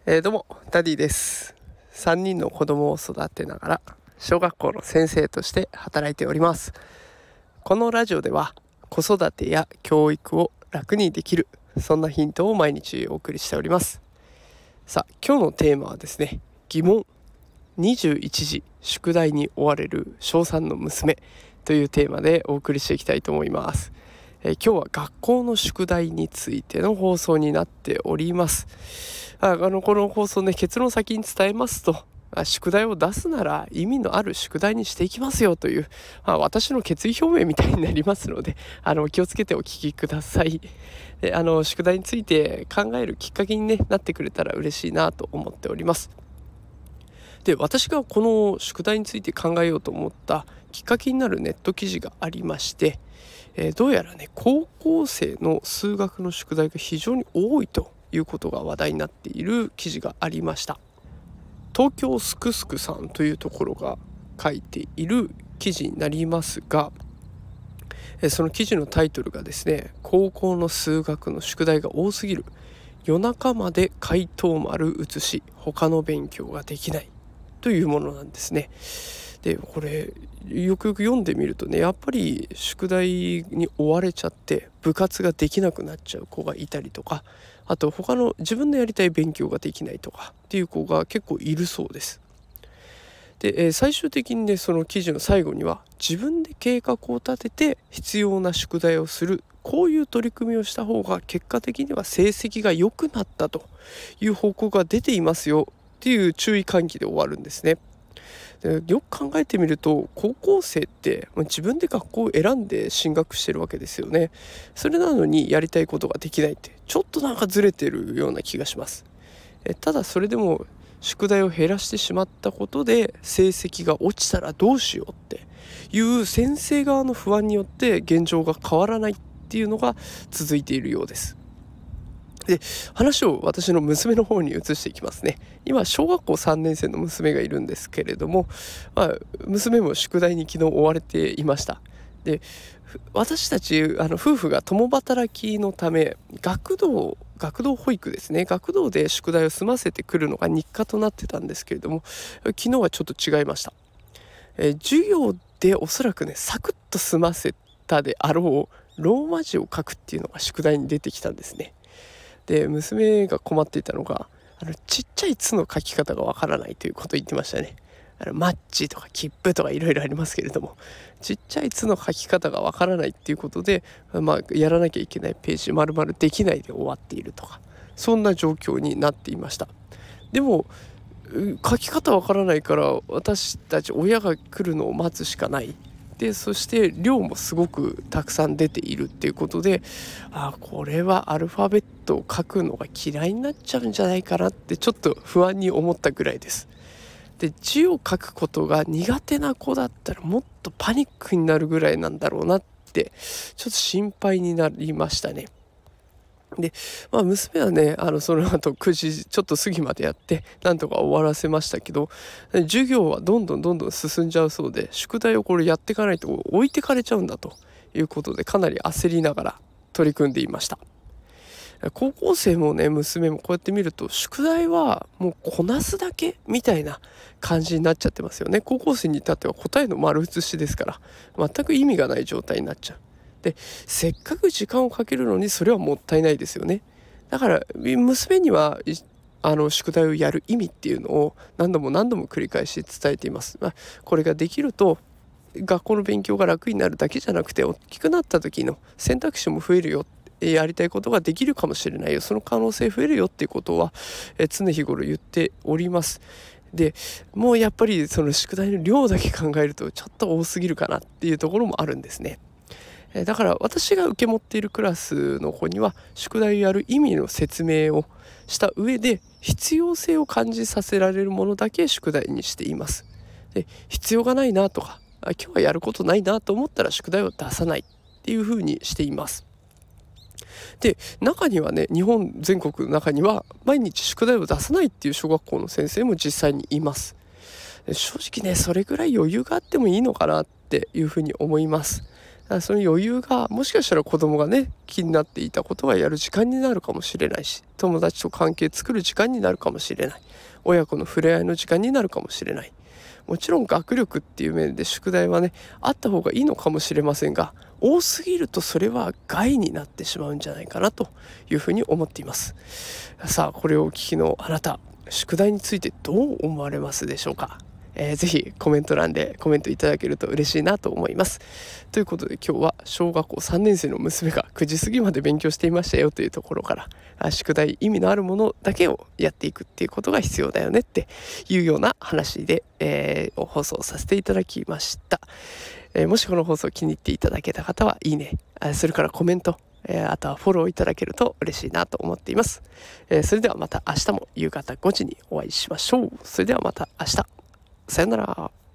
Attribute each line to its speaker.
Speaker 1: どうもダディです。3人の子供を育てながら小学校の先生として働いております。このラジオでは子育てや教育を楽にできる、そんなヒントを毎日お送りしております。さあ、今日のテーマはですね、疑問21時宿題に追われる小3の娘というテーマでお送りしていきたいと思います。今日は学校の宿題についての放送になっております。この放送ね、結論先に伝えますと、宿題を出すなら意味のある宿題にしていきますよという、私の決意表明みたいになりますので、気をつけてお聞きください。で、宿題について考えるきっかけに、なってくれたら嬉しいなと思っております。で、私がこの宿題について考えようと思ったきっかけになるネット記事がありまして、どうやらね、高校生の数学の宿題が非常に多いということが話題になっている記事がありました。東京すくすくさんというところが書いている記事になりますが、その記事のタイトルがですね、高校の数学の宿題が多すぎる、夜中まで回答丸写し他の勉強ができないというものなんですね。で、これよくよく読んでみるとね、やっぱり宿題に追われちゃって部活ができなくなっちゃう子がいたりとか、あと他の自分のやりたい勉強ができないとかっていう子が結構いるそうです。で、最終的にね、その記事の最後には自分で計画を立てて必要な宿題をする、こういう取り組みをした方が結果的には成績が良くなったという報告が出ていますよっていう注意喚起で終わるんですね。で、よく考えてみると高校生って自分で学校を選んで進学してるわけですよね。それなのにやりたいことができないってちょっとなんかずれてるような気がします。ただそれでも宿題を減らしてしまったことで成績が落ちたらどうしようっていう先生側の不安によって現状が変わらないっていうのが続いているようです。で、話を私の娘の方に移していきますね。今小学校3年生の娘がいるんですけれども、娘も宿題に昨日追われていました。で、私たち夫婦が共働きのため学童保育ですね、学童で宿題を済ませてくるのが日課となってたんですけれども、昨日はちょっと違いました。授業でおそらくね、サクッと済ませたであろうローマ字を書くっていうのが宿題に出てきたんですね。で、娘が困っていたのがちっちゃい「つ」の書き方がわからないということを言ってましたね。マッチとか切符とかいろいろありますけれども、ちっちゃい「つ」の書き方がわからないっていうことで、やらなきゃいけないページ丸々できないで終わっているとか、そんな状況になっていました。でも書き方わからないから私たち親が来るのを待つしかない。で、そして量もすごくたくさん出ているっていうことで、これはアルファベットを書くのが嫌いになっちゃうんじゃないかなってちょっと不安に思ったぐらいです。で、字を書くことが苦手な子だったらもっとパニックになるぐらいなんだろうなってちょっと心配になりましたね。で、娘はね、その後9時ちょっと過ぎまでやってなんとか終わらせましたけど、授業はどんどん進んじゃうそうで、宿題をこれやっていかないと置いてかれちゃうんだということで、かなり焦りながら取り組んでいました。高校生もね、娘もこうやって見ると宿題はもうこなすだけみたいな感じになっちゃってますよね。高校生に至っては答えの丸写しですから、全く意味がない状態になっちゃう。で、せっかく時間をかけるのにそれはもったいないですよね。だから娘には宿題をやる意味っていうのを何度も繰り返し伝えています。これができると学校の勉強が楽になるだけじゃなくて、大きくなった時の選択肢も増えるよ、やりたいことができるかもしれないよ、その可能性増えるよっていうことは、常日頃言っております。で、もうやっぱりその宿題の量だけ考えるとちょっと多すぎるかなっていうところもあるんですね。だから私が受け持っているクラスの子には宿題をやる意味の説明をした上で、必要性を感じさせられるものだけ宿題にしています。で、必要がないなとか、今日はやることないなと思ったら宿題を出さないっていう風にしています。で、中にはね、日本全国の中には毎日宿題を出さないっていう小学校の先生も実際にいます。正直ね、それぐらい余裕があってもいいのかなっていうふうに思います。 からその余裕がもしかしたら子供がね気になっていたことがやる時間になるかもしれないし、友達と関係作る時間になるかもしれない、親子の触れ合いの時間になるかもしれない。もちろん学力っていう面で宿題はねあった方がいいのかもしれませんが、多すぎるとそれは害になってしまうんじゃないかなというふうに思っています。さあこれをお聞きのあなた、宿題についてどう思われますでしょうか。ぜひコメント欄でコメントいただけると嬉しいなと思います。ということで今日は小学校3年生の娘が9時過ぎまで勉強していましたよというところから、宿題意味のあるものだけをやっていくっていうことが必要だよねっていうような話で、放送させていただきました。もしこの放送気に入っていただけた方はいいね、それからコメント、あとはフォローいただけると嬉しいなと思っています。それではまた明日も夕方5時にお会いしましょう。それではまた明日。さよなら。